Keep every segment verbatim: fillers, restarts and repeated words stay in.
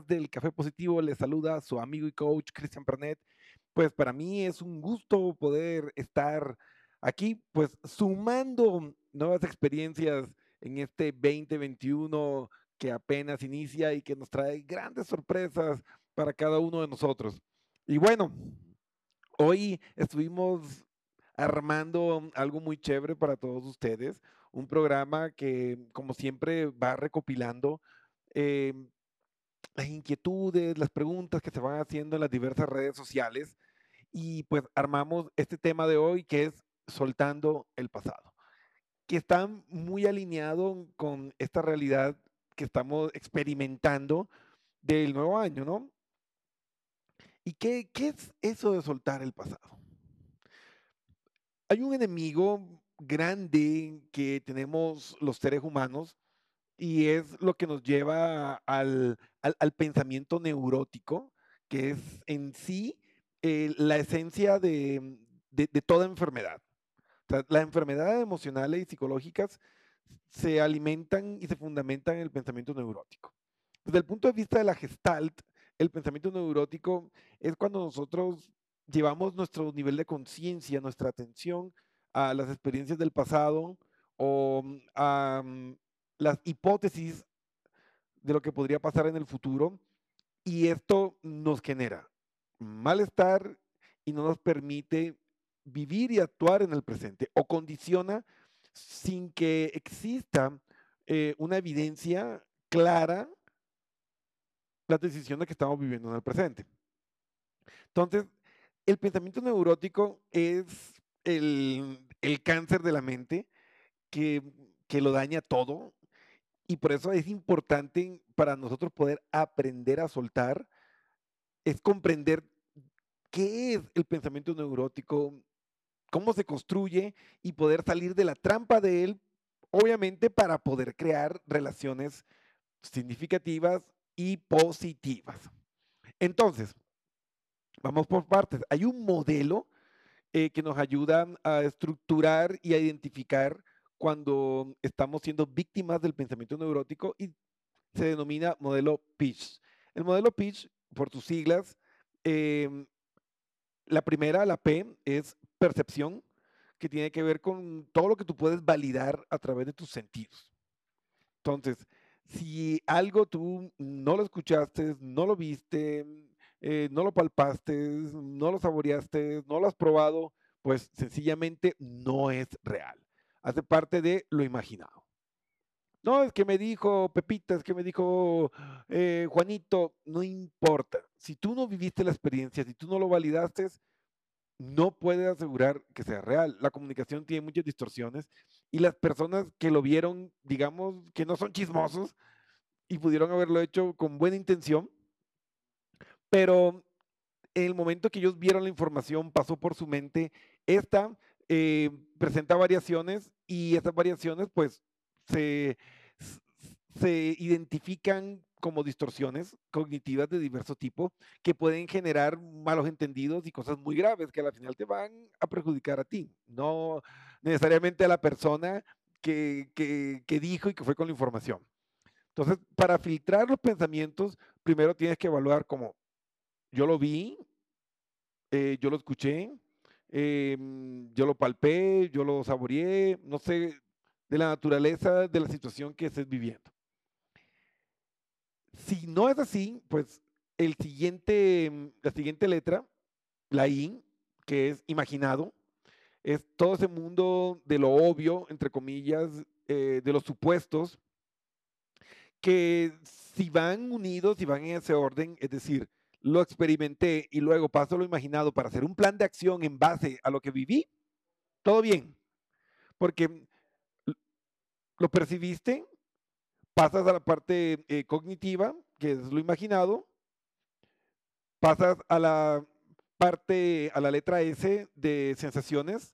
del Café Positivo. Les saluda su amigo y coach Cristian Pernet. Pues para mí es un gusto poder estar aquí, pues sumando nuevas experiencias en este veinte veintiuno que apenas inicia y que nos trae grandes sorpresas para cada uno de nosotros. Y bueno, hoy estuvimos armando algo muy chévere para todos ustedes, un programa que, como siempre, va recopilando eh, las inquietudes, las preguntas que se van haciendo en las diversas redes sociales y pues armamos este tema de hoy que es soltando el pasado, que está muy alineado con esta realidad que estamos experimentando del nuevo año, ¿no? ¿Y qué, qué es eso de soltar el pasado? Hay un enemigo grande que tenemos los seres humanos y es lo que nos lleva al, al- al pensamiento neurótico, que es en sí eh, la esencia de, de- de toda enfermedad. O sea, las enfermedades emocionales y psicológicas se alimentan y se fundamentan en el pensamiento neurótico. Desde el punto de vista de la Gestalt, el pensamiento neurótico es cuando nosotros llevamos nuestro nivel de conciencia, nuestra atención a las experiencias del pasado o mm, a mm, las hipótesis de lo que podría pasar en el futuro y esto nos genera malestar y no nos permite vivir y actuar en el presente o condiciona sin que exista eh, una evidencia clara las decisiones que estamos viviendo en el presente. Entonces, el pensamiento neurótico es el, el cáncer de la mente que, que lo daña todo y por eso es importante para nosotros poder aprender a soltar, es comprender qué es el pensamiento neurótico, cómo se construye y poder salir de la trampa de él, obviamente para poder crear relaciones significativas y positivas. Entonces, vamos por partes. Hay un modelo eh, que nos ayuda a estructurar y a identificar cuando estamos siendo víctimas del pensamiento neurótico y se denomina modelo Pitch. El modelo Pitch, por sus siglas, eh, la primera, la P, es percepción, que tiene que ver con todo lo que tú puedes validar a través de tus sentidos. Entonces, si algo tú no lo escuchaste, no lo viste, eh, no lo palpaste, no lo saboreaste, no lo has probado, pues sencillamente no es real. Hace parte de lo imaginado. No, es que me dijo Pepita, es que me dijo eh, Juanito, no importa. Si tú no viviste la experiencia, si tú no lo validaste, no puede asegurar que sea real. La comunicación tiene muchas distorsiones y las personas que lo vieron, digamos, que no son chismosos y pudieron haberlo hecho con buena intención, pero en el momento que ellos vieron la información, pasó por su mente, esta eh, presenta variaciones y esas variaciones pues se, se identifican como distorsiones cognitivas de diverso tipo que pueden generar malos entendidos y cosas muy graves que al final te van a perjudicar a ti, no necesariamente a la persona que, que, que dijo y que fue con la información. Entonces, para filtrar los pensamientos, primero tienes que evaluar como yo lo vi, eh, yo lo escuché, eh, yo lo palpé, yo lo saboreé, no sé, de la naturaleza de la situación que estés viviendo. Si no es así, pues el siguiente, mm, la siguiente letra, la I, que es imaginado, es todo ese mundo de lo obvio, entre comillas, eh, de los supuestos, que si van unidos, si van en ese orden, es decir, lo experimenté y luego paso a lo imaginado para hacer un plan de acción en base a lo que viví, todo bien, porque lo percibiste, pasas a la parte eh, cognitiva, que es lo imaginado, pasas a la parte, a la letra S de sensaciones,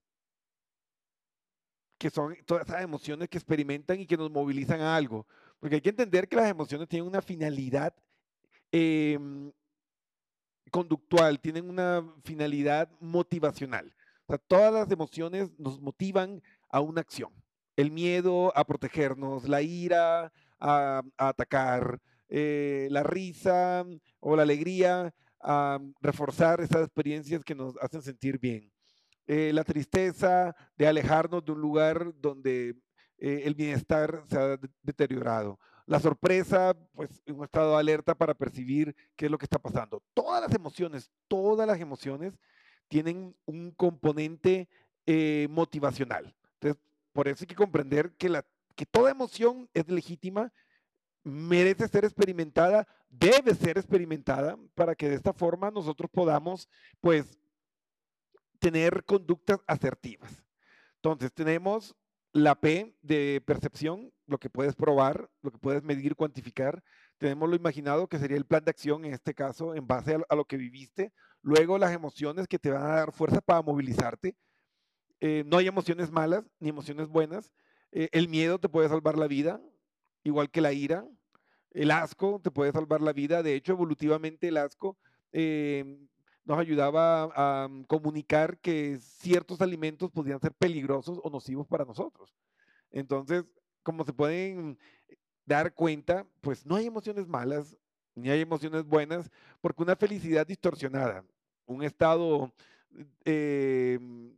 que son todas esas emociones que experimentan y que nos movilizan a algo. Porque hay que entender que las emociones tienen una finalidad eh, conductual, tienen una finalidad motivacional. O sea, todas las emociones nos motivan a una acción. El miedo a protegernos, la ira a, a atacar, eh, la risa o la alegría a reforzar esas experiencias que nos hacen sentir bien. Eh, la tristeza de alejarnos de un lugar donde eh, el bienestar se ha de- deteriorado. La sorpresa, pues un estado de alerta para percibir qué es lo que está pasando. Todas las emociones, todas las emociones tienen un componente eh, motivacional. Entonces, por eso hay que comprender que, la, que toda emoción es legítima, merece ser experimentada, debe ser experimentada para que de esta forma nosotros podamos, pues, tener conductas asertivas. Entonces, tenemos la P de percepción, lo que puedes probar, lo que puedes medir, cuantificar. Tenemos lo imaginado, que sería el plan de acción en este caso, en base a, a lo que viviste. Luego, las emociones que te van a dar fuerza para movilizarte. Eh, no hay emociones malas ni emociones buenas. Eh, el miedo te puede salvar la vida, igual que la ira. El asco te puede salvar la vida. De hecho, evolutivamente el asco eh, nos ayudaba a, a comunicar que ciertos alimentos podían ser peligrosos o nocivos para nosotros. Entonces, como se pueden dar cuenta, pues no hay emociones malas ni hay emociones buenas, porque una felicidad distorsionada, un estado eh,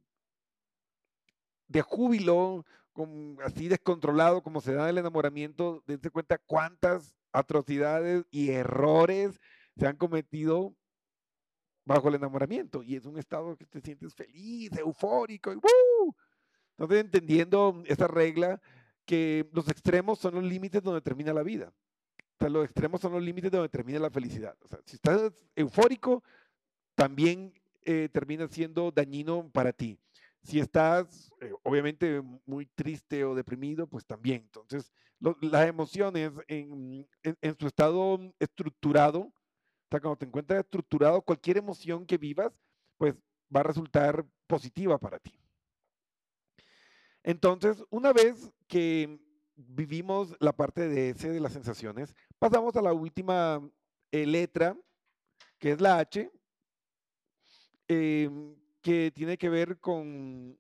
de júbilo, con, así descontrolado como se da el enamoramiento, dense cuenta cuántas atrocidades y errores se han cometido bajo el enamoramiento. Y es un estado que te sientes feliz, eufórico, y ¡woo! Entonces, entendiendo esa regla, que los extremos son los límites donde termina la vida. O sea, los extremos son los límites donde termina la felicidad. O sea, si estás eufórico, también eh, termina siendo dañino para ti. Si estás, eh, obviamente, muy triste o deprimido, pues también. Entonces, lo, las emociones en, en, en, su estado estructurado, o sea, cuando te encuentras estructurado, cualquier emoción que vivas, pues va a resultar positiva para ti. Entonces, una vez que vivimos la parte de ese de las sensaciones, pasamos a la última eh, letra, que es la H, eh, que tiene que ver con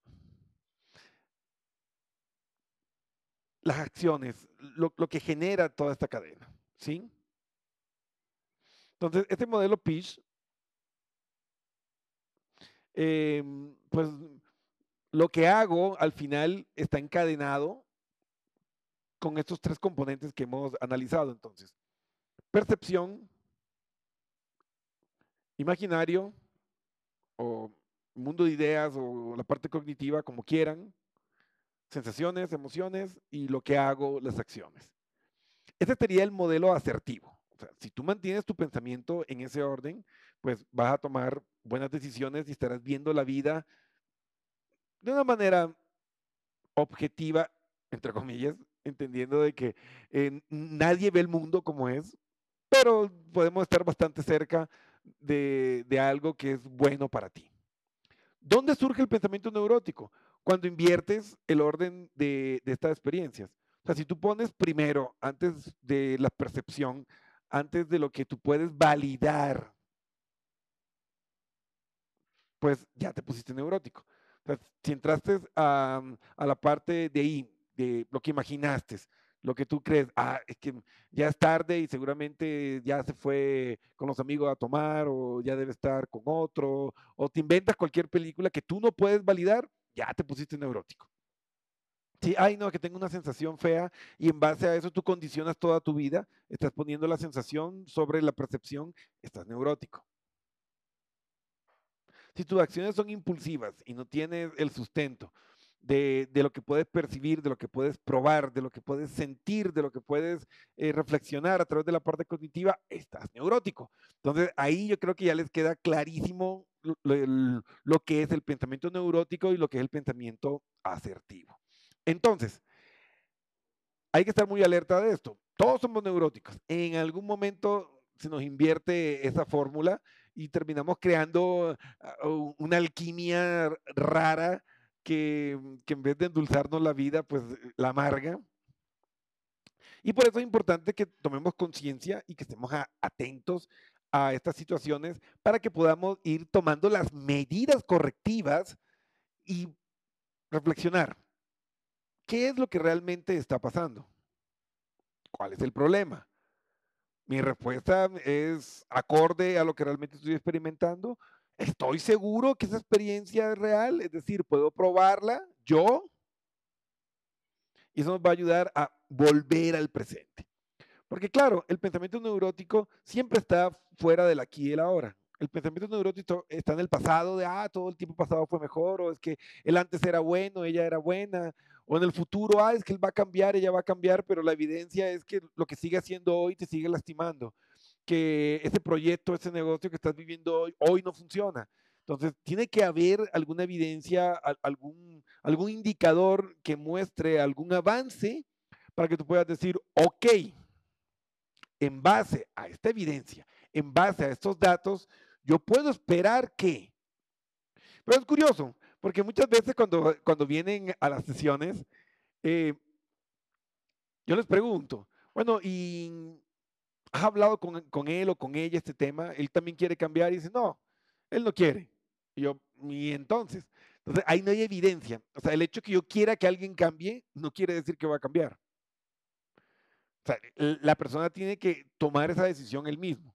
las acciones, lo, lo que genera toda esta cadena, ¿sí? Entonces, este modelo Peach, eh, pues lo que hago al final está encadenado con estos tres componentes que hemos analizado. Entonces, percepción, imaginario o mundo de ideas o la parte cognitiva, como quieran, sensaciones, emociones y lo que hago, las acciones. Ese sería el modelo asertivo. O sea, si tú mantienes tu pensamiento en ese orden, pues vas a tomar buenas decisiones y estarás viendo la vida de una manera objetiva, entre comillas, entendiendo de que eh, nadie ve el mundo como es, pero podemos estar bastante cerca de, de algo que es bueno para ti. ¿Dónde surge el pensamiento neurótico? Cuando inviertes el orden de, de estas experiencias. O sea, si tú pones primero, antes de la percepción, antes de lo que tú puedes validar, pues ya te pusiste neurótico. O sea, si entraste a, a la parte de ahí, de lo que imaginaste, lo que tú crees, ah, es que ya es tarde y seguramente ya se fue con los amigos a tomar o ya debe estar con otro, o te inventas cualquier película que tú no puedes validar, ya te pusiste neurótico. Sí, ay, no, que tengo una sensación fea y en base a eso tú condicionas toda tu vida, estás poniendo la sensación sobre la percepción, estás neurótico. Si tus acciones son impulsivas y no tienes el sustento de, de, lo que puedes percibir, de lo que puedes probar, de lo que puedes sentir, de lo que puedes eh, reflexionar a través de la parte cognitiva, estás neurótico. Entonces ahí yo creo que ya les queda clarísimo lo, lo, lo que es el pensamiento neurótico y lo que es el pensamiento asertivo. Entonces, hay que estar muy alerta de esto. Todos somos neuróticos. En algún momento se nos invierte esa fórmula y terminamos creando uh, una alquimia rara que, que, en vez de endulzarnos la vida, pues la amarga. Y por eso es importante que tomemos conciencia y que estemos a, atentos a estas situaciones para que podamos ir tomando las medidas correctivas y reflexionar. ¿Qué es lo que realmente está pasando? ¿Cuál es el problema? Mi respuesta es acorde a lo que realmente estoy experimentando. Estoy seguro que esa experiencia es real, es decir, puedo probarla yo y eso nos va a ayudar a volver al presente. Porque claro, el pensamiento neurótico siempre está fuera del aquí y el ahora. El pensamiento neurótico está en el pasado, de, ah, todo el tiempo pasado fue mejor, o es que él antes era bueno, ella era buena, o en el futuro, ah, es que él va a cambiar, ella va a cambiar, pero la evidencia es que lo que sigue haciendo hoy te sigue lastimando, que ese proyecto, ese negocio que estás viviendo hoy, hoy no funciona. Entonces, tiene que haber alguna evidencia, algún, algún indicador que muestre algún avance para que tú puedas decir, ok, en base a esta evidencia, en base a estos datos, yo puedo esperar que. Pero es curioso, porque muchas veces cuando, cuando vienen a las sesiones, eh, yo les pregunto, bueno, ¿y has hablado con, con él o con ella este tema? Él también quiere cambiar y dice, no, él no quiere. Y yo, y entonces, entonces ahí no hay evidencia. O sea, el hecho que yo quiera que alguien cambie no quiere decir que va a cambiar. O sea, la persona tiene que tomar esa decisión él mismo.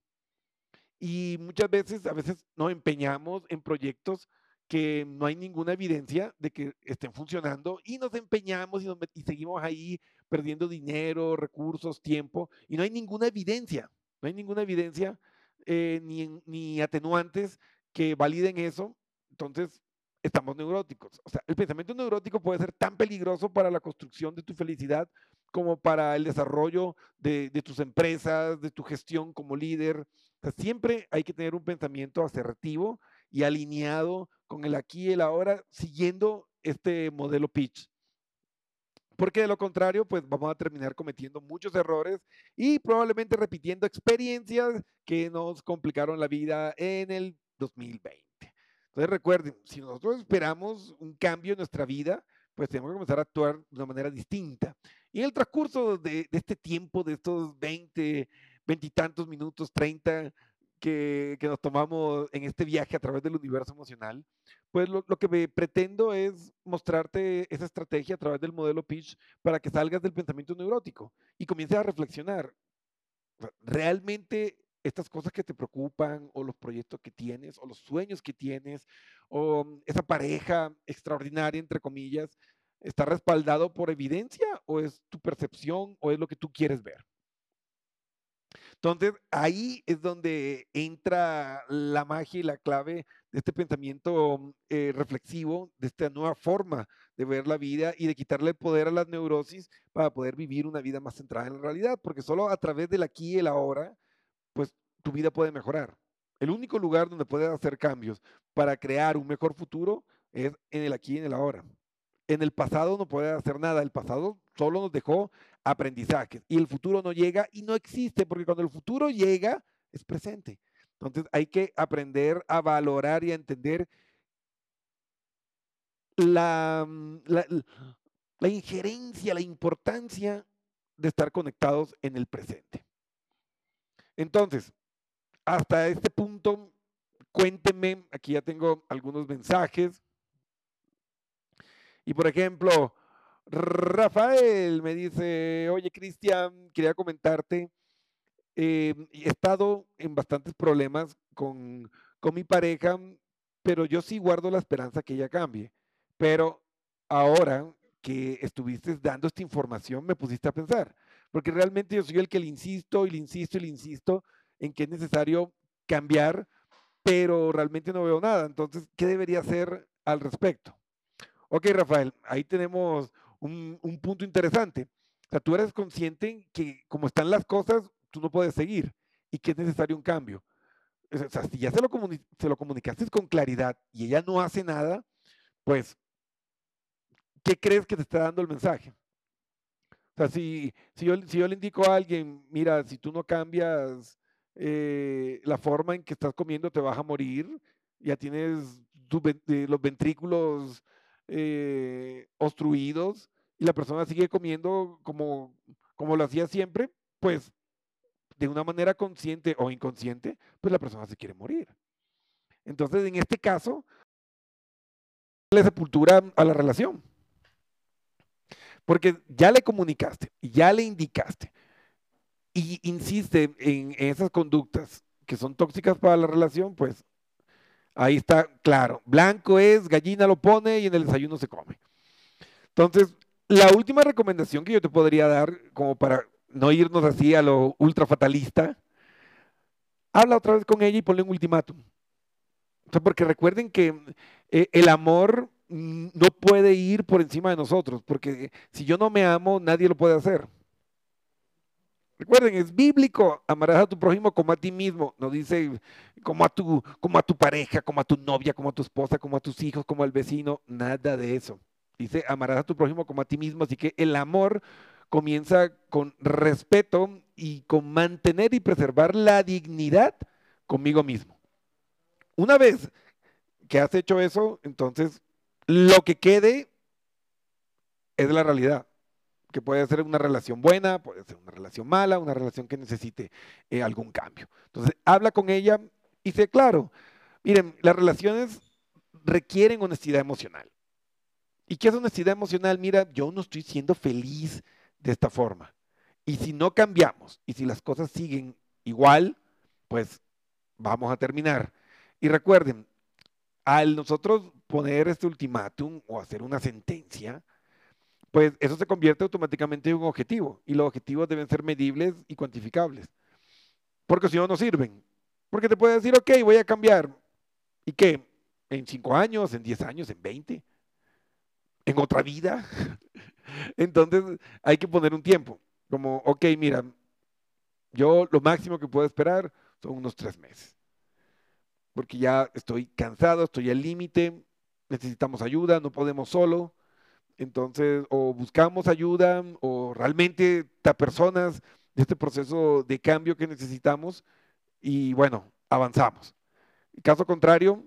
Y muchas veces, a veces nos empeñamos en proyectos que no hay ninguna evidencia de que estén funcionando y nos empeñamos y, nos y seguimos ahí perdiendo dinero, recursos, tiempo y no hay ninguna evidencia, no hay ninguna evidencia eh, ni, ni atenuantes que validen eso. Entonces, estamos neuróticos. O sea, el pensamiento neurótico puede ser tan peligroso para la construcción de tu felicidad como para el desarrollo de, de tus empresas, de tu gestión como líder. O sea, siempre hay que tener un pensamiento asertivo y alineado con el aquí y el ahora, siguiendo este modelo pitch. Porque de lo contrario, pues vamos a terminar cometiendo muchos errores y probablemente repitiendo experiencias que nos complicaron la vida en el dos mil veinte. Entonces recuerden, si nosotros esperamos un cambio en nuestra vida, pues tenemos que comenzar a actuar de una manera distinta. Y en el transcurso de, de este tiempo, de estos veinte, veintitantos minutos, treinta, que, que nos tomamos en este viaje a través del universo emocional, pues lo, lo que me pretendo es mostrarte esa estrategia a través del modelo pitch para que salgas del pensamiento neurótico y comiences a reflexionar. O sea, ¿realmente estas cosas que te preocupan o los proyectos que tienes o los sueños que tienes o mm, esa pareja extraordinaria, entre comillas, está respaldado por evidencia o es tu percepción o es lo que tú quieres ver? Entonces, ahí es donde entra la magia y la clave de este pensamiento eh, reflexivo, de esta nueva forma de ver la vida y de quitarle el poder a las neurosis para poder vivir una vida más centrada en la realidad, porque solo a través del aquí y el ahora, pues tu vida puede mejorar. El único lugar donde puedes hacer cambios para crear un mejor futuro es en el aquí y en el ahora. En el pasado no puede hacer nada, el pasado solo nos dejó aprendizajes y el futuro no llega y no existe, porque cuando el futuro llega es presente. Entonces hay que aprender a valorar y a entender la, mm, la, la injerencia, la importancia de estar conectados en el presente. Entonces, hasta este punto, cuéntenme, aquí ya tengo algunos mensajes. Y por ejemplo, Rafael me dice, oye Cristian, quería comentarte, eh, he estado en bastantes problemas con, con mi pareja, pero yo sí guardo la esperanza que ella cambie. Pero ahora que estuviste dando esta información, me pusiste a pensar, porque realmente yo soy el que le insisto y le insisto y le insisto en que es necesario cambiar, pero realmente no veo nada. Entonces, ¿qué debería hacer al respecto? Ok, Rafael, ahí tenemos un, un punto interesante. O sea, tú eres consciente que como están las cosas, tú no puedes seguir y que es necesario un cambio. O sea, si ya se lo, comuni se lo comunicaste con claridad y ella no hace nada, pues, ¿qué crees que te está dando el mensaje? O sea, si, si, yo, si yo le indico a alguien, mira, si tú no cambias eh, la forma en que estás comiendo, te vas a morir, ya tienes tu, eh, los ventrículos eh, obstruidos y la persona sigue comiendo como, como lo hacía siempre, pues de una manera consciente o inconsciente, pues la persona se quiere morir. Entonces, en este caso, la sepultura a la relación, porque ya le comunicaste, ya le indicaste, y insiste en, en esas conductas que son tóxicas para la relación, pues ahí está claro. Blanco es, gallina lo pone y en el desayuno se come. Entonces, la última recomendación que yo te podría dar, como para no irnos así a lo ultra fatalista, habla otra vez con ella y ponle un ultimátum. O sea, porque recuerden que eh, el amor mm, no puede ir por encima de nosotros, porque si yo no me amo, nadie lo puede hacer. Recuerden, es bíblico, amarás a tu prójimo como a ti mismo, no dice como a tu, como a tu pareja, como a tu novia, como a tu esposa, como a tus hijos, como al vecino, nada de eso. Dice, amarás a tu prójimo como a ti mismo, así que el amor comienza con respeto y con mantener y preservar la dignidad conmigo mismo. Una vez que has hecho eso, entonces lo que quede es la realidad, que puede ser una relación buena, puede ser una relación mala, una relación que necesite eh, algún cambio. Entonces, habla con ella y sé claro, miren, las relaciones requieren honestidad emocional. ¿Y qué es honestidad emocional? Mira, yo no estoy siendo feliz de esta forma. Y si no cambiamos y si las cosas siguen igual, pues vamos a terminar. Y recuerden, al nosotros poner este ultimátum o hacer una sentencia, pues eso se convierte automáticamente en un objetivo y los objetivos deben ser medibles y cuantificables, porque si no, no sirven. Porque te puede decir, ok, voy a cambiar. ¿Y qué? ¿En cinco años, en diez años, en veinte? ¿En otra vida? Entonces hay que poner un tiempo, como, ok, mira, yo lo máximo que puedo esperar son unos tres meses, porque ya estoy cansado, estoy al límite, necesitamos ayuda, no podemos solo. Entonces, o buscamos ayuda o realmente te personas de este proceso de cambio que necesitamos y bueno, avanzamos. En caso contrario,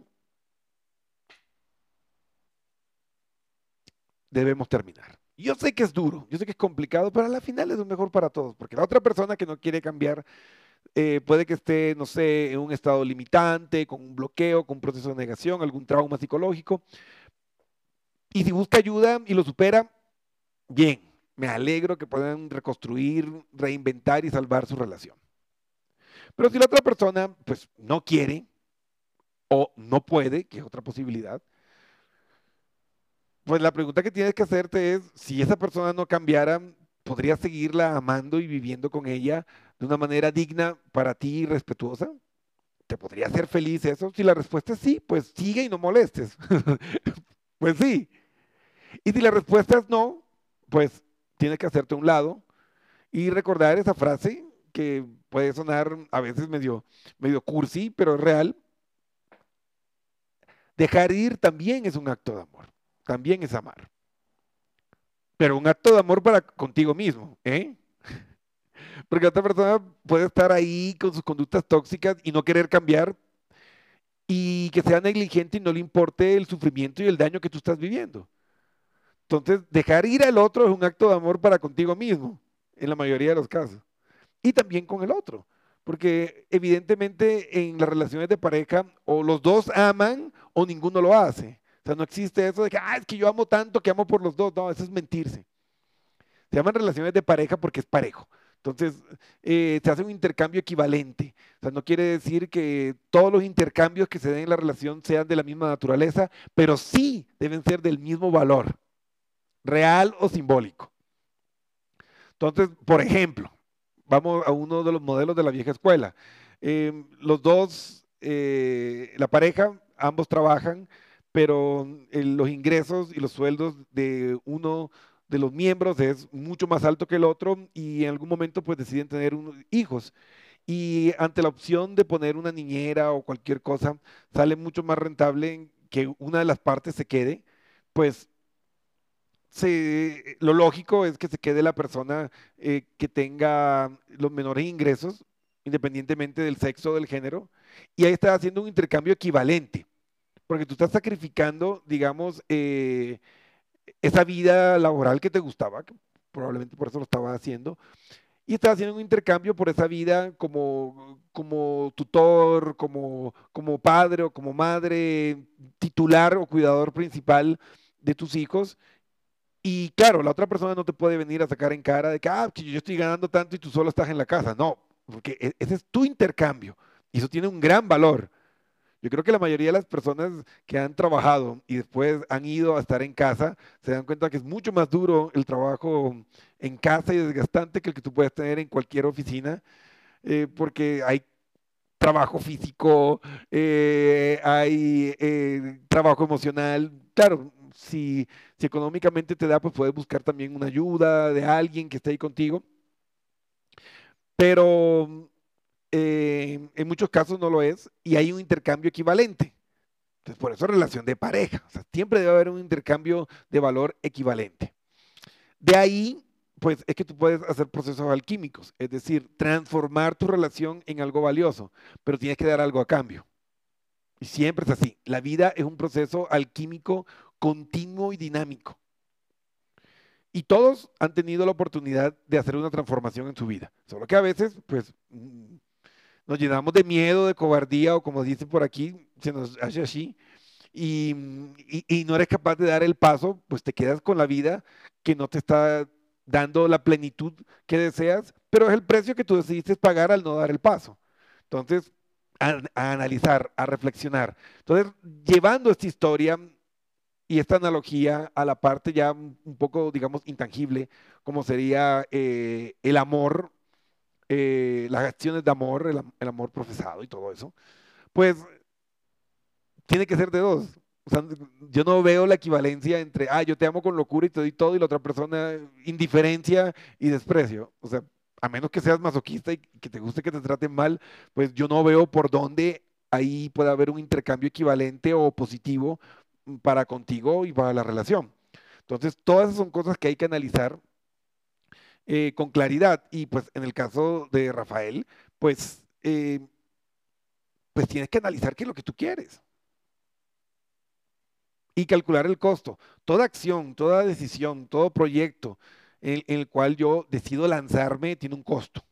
debemos terminar. Yo sé que es duro, yo sé que es complicado, pero a la final es lo mejor para todos, porque la otra persona que no quiere cambiar eh, puede que esté, no sé, en un estado limitante, con un bloqueo, con un proceso de negación, algún trauma psicológico, y si busca ayuda y lo supera, bien, me alegro que puedan reconstruir, reinventar y salvar su relación. Pero si la otra persona, pues, no quiere o no puede, que es otra posibilidad, pues la pregunta que tienes que hacerte es, si esa persona no cambiara, ¿podrías seguirla amando y viviendo con ella de una manera digna para ti y respetuosa? ¿Te podría hacer feliz eso? Si la respuesta es sí, pues sigue y no molestes. Pues sí. Y si la respuesta es no, pues tienes que hacerte a un lado y recordar esa frase que puede sonar a veces medio, medio cursi, pero es real. Dejar ir también es un acto de amor, también es amar, pero un acto de amor para contigo mismo, ¿eh? Porque otra persona puede estar ahí con sus conductas tóxicas y no querer cambiar y que sea negligente y no le importe el sufrimiento y el daño que tú estás viviendo. Entonces, dejar ir al otro es un acto de amor para contigo mismo, en la mayoría de los casos. Y también con el otro. Porque evidentemente en las relaciones de pareja o los dos aman o ninguno lo hace. O sea, no existe eso de que, ah, es que yo amo tanto que amo por los dos. No, eso es mentirse. Se llaman relaciones de pareja porque es parejo. Entonces, eh, se hace un intercambio equivalente. O sea, no quiere decir que todos los intercambios que se den en la relación sean de la misma naturaleza, pero sí deben ser del mismo valor, real o simbólico. Entonces, por ejemplo, vamos a uno de los modelos de la vieja escuela. Eh, los dos, eh, la pareja, ambos trabajan, pero eh, los ingresos y los sueldos de uno de los miembros es mucho más alto que el otro y en algún momento pues deciden tener unos hijos. Y ante la opción de poner una niñera o cualquier cosa, sale mucho más rentable que una de las partes se quede, pues se, lo lógico es que se quede la persona eh, que tenga los menores ingresos, independientemente del sexo o del género, y ahí está haciendo un intercambio equivalente, porque tú estás sacrificando, digamos, eh, esa vida laboral que te gustaba, que probablemente por eso lo estaba haciendo, y estás haciendo un intercambio por esa vida como, como tutor, como, como padre o como madre, titular o cuidador principal de tus hijos Y claro, la otra persona no te puede venir a sacar en cara de que, ah, que yo estoy ganando tanto y tú solo estás en la casa. No, porque e- ese es tu intercambio y eso tiene un gran valor. Yo creo que la mayoría de las personas que han trabajado y después han ido a estar en casa se dan cuenta que es mucho más duro el trabajo en casa y desgastante que el que tú puedes tener en cualquier oficina, eh, porque hay trabajo físico, eh, hay eh, trabajo emocional. Claro, si, si económicamente te da, pues puedes buscar también una ayuda de alguien que esté ahí contigo, pero eh, en muchos casos no lo es y hay un intercambio equivalente. Entonces, por eso relación de pareja. O sea, siempre debe haber un intercambio de valor equivalente. De ahí, pues es que tú puedes hacer procesos alquímicos, es decir, transformar tu relación en algo valioso, pero tienes que dar algo a cambio. Y siempre es así. La vida es un proceso alquímico continuo y dinámico. Y todos han tenido la oportunidad de hacer una transformación en su vida. Solo que a veces, pues, mm, nos llenamos de miedo, de cobardía, o como dicen por aquí, se nos hace así, y, y, y no eres capaz de dar el paso, pues te quedas con la vida que no te está dando la plenitud que deseas, pero es el precio que tú decidiste pagar al no dar el paso. Entonces, a, a analizar, a reflexionar. Entonces, llevando esta historia y esta analogía a la parte ya un un poco, digamos, intangible, como sería eh, el amor, eh, las acciones de amor, el, am- el amor profesado y todo eso, pues tiene que ser de dos. O sea, yo no veo la equivalencia entre, ah, yo te amo con locura y te doy todo, y la otra persona, indiferencia y desprecio. O sea, a menos que seas masoquista y que te guste que te traten mal, pues yo no veo por dónde ahí puede haber un intercambio equivalente o positivo mm, para contigo y para la relación. Entonces, todas esas son cosas que hay que analizar eh, con claridad. Y pues en el caso de Rafael, pues, eh, pues tienes que analizar qué es lo que tú quieres y calcular el costo. Toda acción, toda decisión, todo proyecto en, en el cual yo decido lanzarme tiene un costo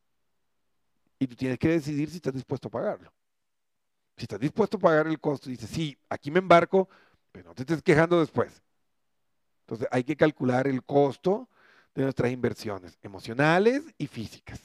y tú tienes que decidir si estás dispuesto a pagarlo. Si estás dispuesto a pagar el costo, dices, sí, aquí me embarco, pero no te estés quejando después. Entonces hay que calcular el costo de nuestras inversiones emocionales y físicas.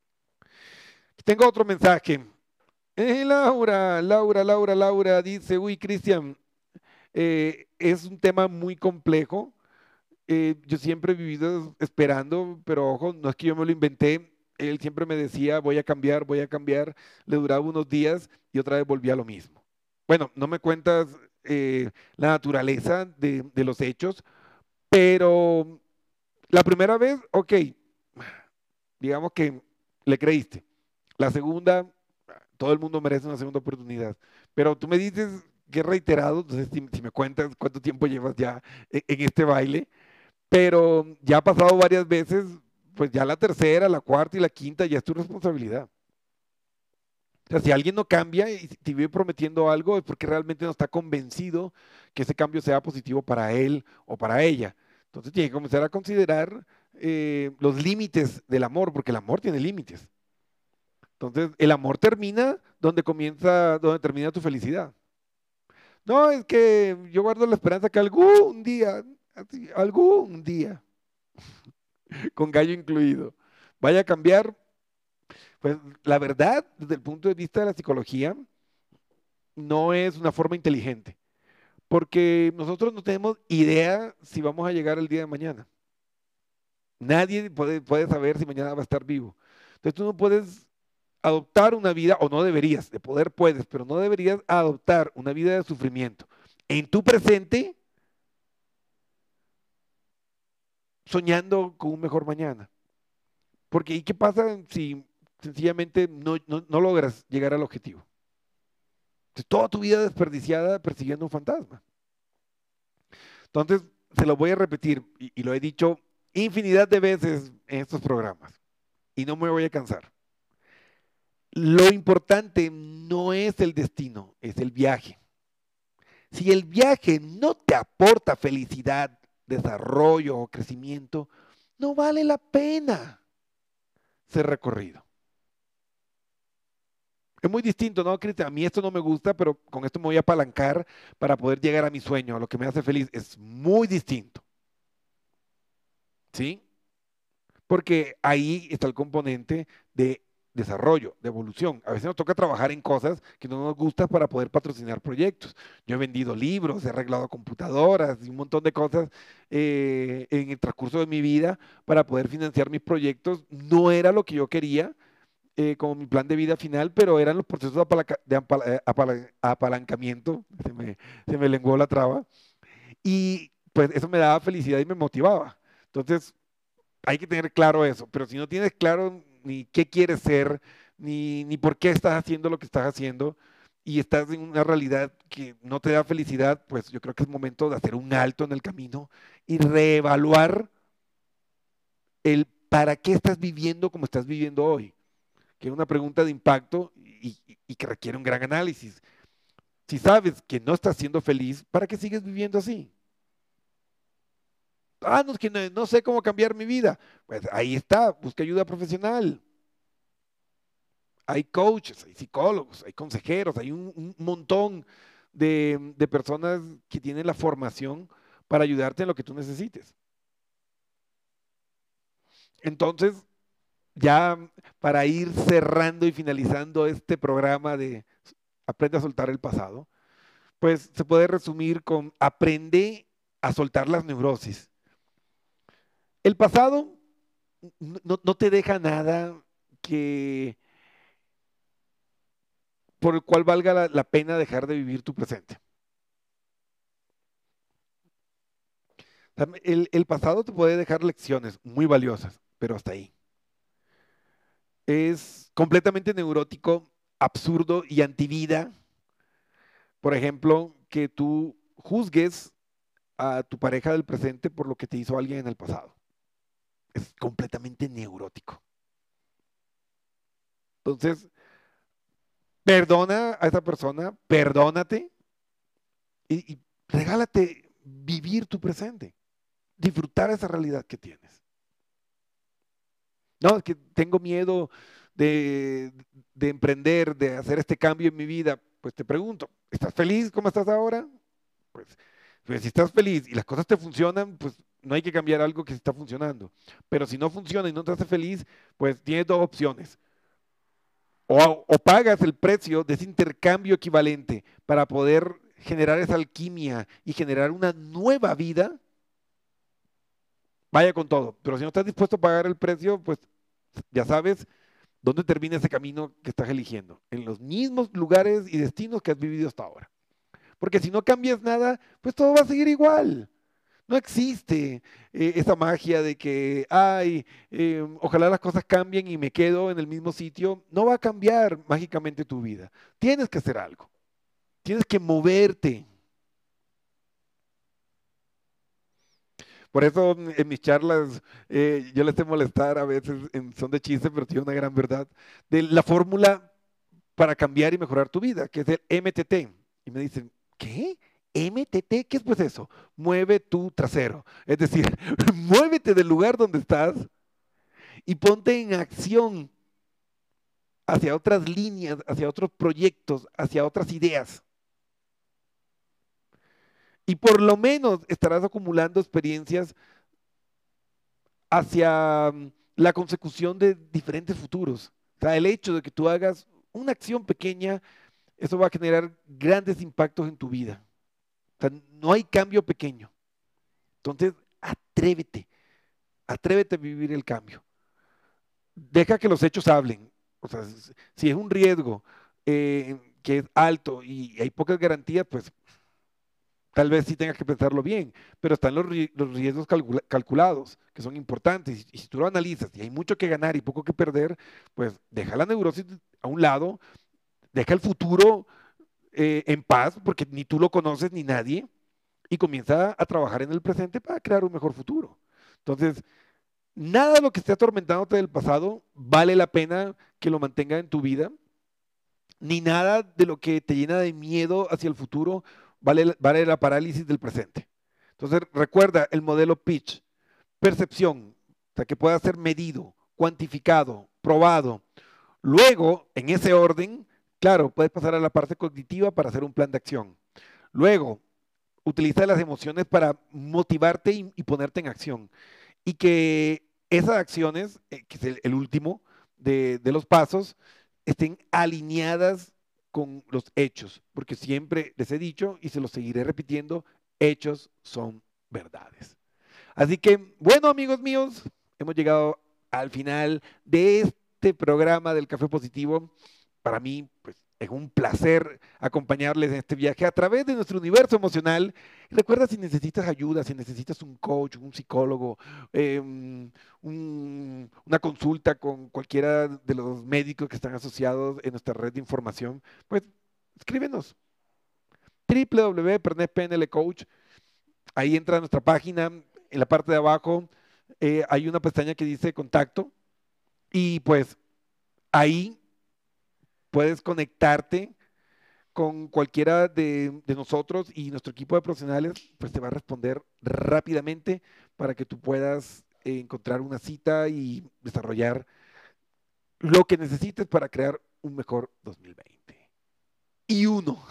Tengo otro mensaje. Eh, Laura, Laura, Laura, Laura dice, uy, Cristian, eh, es un tema muy complejo. Eh, yo siempre he vivido esperando, pero ojo, no es que yo me lo inventé. Él siempre me decía, voy a cambiar, voy a cambiar. Le duraba unos días y otra vez volvía a lo mismo. Bueno, no me cuentas eh, la naturaleza de, de los hechos, pero la primera vez, ok, digamos que le creíste. La segunda, todo el mundo merece una segunda oportunidad. Pero tú me dices que es reiterado, entonces si, si me cuentas cuánto tiempo llevas ya en, en este baile, pero ya ha pasado varias veces, pues ya la tercera, la cuarta y la quinta ya es tu responsabilidad. O sea, si alguien no cambia y te vive prometiendo algo es porque realmente no está convencido que ese cambio sea positivo para él o para ella. Entonces tiene que comenzar a considerar eh, los límites del amor, porque el amor tiene límites. Entonces, el amor termina donde comienza, donde termina tu felicidad. No, es que yo guardo la esperanza que algún día, así, algún día, con gallo incluido, vaya a cambiar. Pues la verdad, desde el punto de vista de la psicología, no es una forma inteligente, porque nosotros no tenemos idea si vamos a llegar el día de mañana. Nadie puede, puede saber si mañana va a estar vivo. Entonces tú no puedes adoptar una vida, o no deberías, de poder puedes, pero no deberías adoptar una vida de sufrimiento en tu presente, soñando con un mejor mañana. Porque ¿y qué pasa si sencillamente no, no, no logras llegar al objetivo? Entonces, toda tu vida desperdiciada persiguiendo un fantasma. Entonces, se lo voy a repetir y, y lo he dicho infinidad de veces en estos programas y no me voy a cansar. Lo importante no es el destino, es el viaje. Si el viaje no te aporta felicidad, desarrollo o crecimiento, no vale la pena ser recorrido. Es muy distinto, ¿no, Cristian? A mí esto no me gusta, pero con esto me voy a apalancar para poder llegar a mi sueño, a lo que me hace feliz. Es muy distinto. ¿sí? Porque ahí está el componente de desarrollo, de evolución. A veces nos toca trabajar en cosas que no nos gustan para poder patrocinar proyectos. Yo he vendido libros, he arreglado computadoras y un montón de cosas eh, en el transcurso de mi vida para poder financiar mis proyectos. No era lo que yo quería eh, como mi plan de vida final, pero eran los procesos de, apalaca- de apala- eh, apala- apalancamiento, se me, se me lenguó la traba, y pues eso me daba felicidad y me motivaba. Entonces, hay que tener claro eso, pero si no tienes claro ni qué quieres ser, ni, ni por qué estás haciendo lo que estás haciendo, y estás en una realidad que no te da felicidad, pues yo creo que es momento de hacer un alto en el camino y reevaluar el para qué estás viviendo como estás viviendo hoy, que es una pregunta de impacto y, y- y que requiere un gran análisis. Si sabes que no estás siendo feliz, ¿para qué sigues viviendo así? Ah, no, es que no, no sé cómo cambiar mi vida. Pues ahí está, busca ayuda profesional. Hay coaches, hay psicólogos, hay consejeros, hay un, un montón de, de personas que tienen la formación para ayudarte en lo que tú necesites. Entonces, ya para ir cerrando y finalizando este programa de Aprende a soltar el pasado, pues se puede resumir con aprende a soltar las neurosis. El pasado no, no te deja nada que por el cual valga la, la pena dejar de vivir tu presente. El, el pasado te puede dejar lecciones muy valiosas, pero hasta ahí. Es completamente neurótico, absurdo y antivida, por ejemplo, que tú juzgues a tu pareja del presente por lo que te hizo alguien en el pasado. Es completamente neurótico. Entonces, perdona a esa persona, perdónate y, y regálate vivir tu presente, disfrutar esa realidad que tienes. No, es que tengo miedo de, de emprender, de hacer este cambio en mi vida. Pues te pregunto, ¿estás feliz como estás ahora? Pues, pues si estás feliz y las cosas te funcionan, pues no hay que cambiar algo que está funcionando. Pero si no funciona y no te hace feliz, pues tienes dos opciones. O, o pagas el precio de ese intercambio equivalente para poder generar esa alquimia y generar una nueva vida, vaya con todo. Pero si no estás dispuesto a pagar el precio, pues ya sabes dónde termina ese camino que estás eligiendo. En los mismos lugares y destinos que has vivido hasta ahora. Porque si no cambias nada, pues todo va a seguir igual. No existe eh, esa magia de que, ay, eh, ojalá las cosas cambien y me quedo en el mismo sitio. No va a cambiar mágicamente tu vida. Tienes que hacer algo. Tienes que moverte. Por eso mm, en mis charlas eh, yo les sé molestar a veces en son de chiste, pero tiene una gran verdad, de la fórmula para cambiar y mejorar tu vida, que es el M T T. Y me dicen, ¿qué? ¿M T T? ¿Qué es pues eso? Mueve tu trasero. Es decir, muévete del lugar donde estás y ponte en acción hacia otras líneas, hacia otros proyectos, hacia otras ideas. Y por lo menos estarás acumulando experiencias hacia mm, la consecución de diferentes futuros. O sea, el hecho de que tú hagas una acción pequeña, eso va a generar grandes impactos en tu vida. O sea, no hay cambio pequeño. Entonces, atrévete, atrévete a vivir el cambio. Deja que los hechos hablen. O sea, si es un riesgo eh, que es alto y hay pocas garantías, pues tal vez sí tengas que pensarlo bien, pero están los, los riesgos calcula calculados, que son importantes. Y, y si tú lo analizas y hay mucho que ganar y poco que perder, pues deja la neurosis a un lado, deja el futuro eh, en paz, porque ni tú lo conoces ni nadie, y comienza a trabajar en el presente para crear un mejor futuro. Entonces, nada de lo que esté atormentándote del pasado vale la pena que lo mantenga en tu vida, ni nada de lo que te llena de miedo hacia el futuro vale, vale la parálisis del presente. Entonces, recuerda el modelo pitch, percepción, o sea, que pueda ser medido, cuantificado, probado. Luego, en ese orden, claro, puedes pasar a la parte cognitiva para hacer un plan de acción. Luego, utiliza las emociones para motivarte y, y ponerte en acción. y que esas acciones, eh, que es el, el último de, de los pasos, estén alineadas con los hechos, porque siempre les he dicho y se los seguiré repitiendo, hechos son verdades. Así que, bueno, amigos míos, hemos llegado al final de este programa del Café Positivo. Para mí, pues, es un placer acompañarles en este viaje a través de nuestro universo emocional. Recuerda, si necesitas ayuda, si necesitas un coach, un psicólogo, eh, un, una consulta con cualquiera de los médicos que están asociados en nuestra red de información, pues escríbenos. w w w punto pernet p n l coach. Ahí entra a nuestra página. En la parte de abajo eh, hay una pestaña que dice contacto y pues ahí puedes conectarte con cualquiera de, de nosotros y nuestro equipo de profesionales pues te va a responder rápidamente para que tú puedas eh, encontrar una cita y desarrollar lo que necesites para crear un mejor dos mil veinte. Y uno.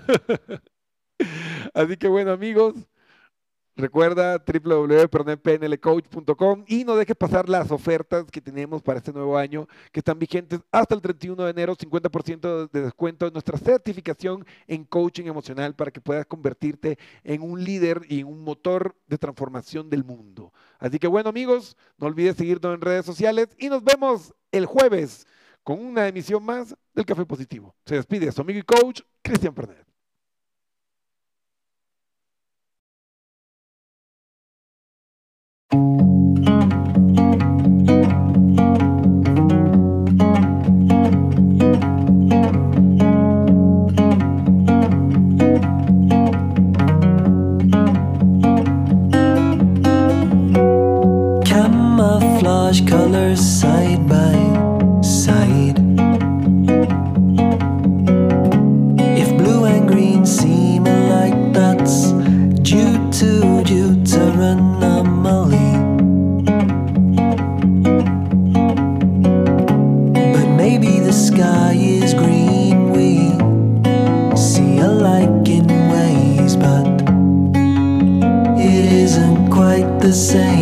Así que bueno, amigos, recuerda w w w punto pernet p n l coach punto com y no dejes pasar las ofertas que tenemos para este nuevo año, que están vigentes hasta el treinta y uno de enero, cincuenta por ciento de descuento en nuestra certificación en coaching emocional para que puedas convertirte en un líder y en un motor de transformación del mundo. Así que bueno, amigos, no olvides seguirnos en redes sociales y nos vemos el jueves con una emisión más del Café Positivo. Se despide su amigo y coach, Cristian Pernet. Camouflage colors side by side. If blue and green seem alike, that's due to deuteronomy. But maybe the sky is green, we see alike in ways, but it isn't quite the same.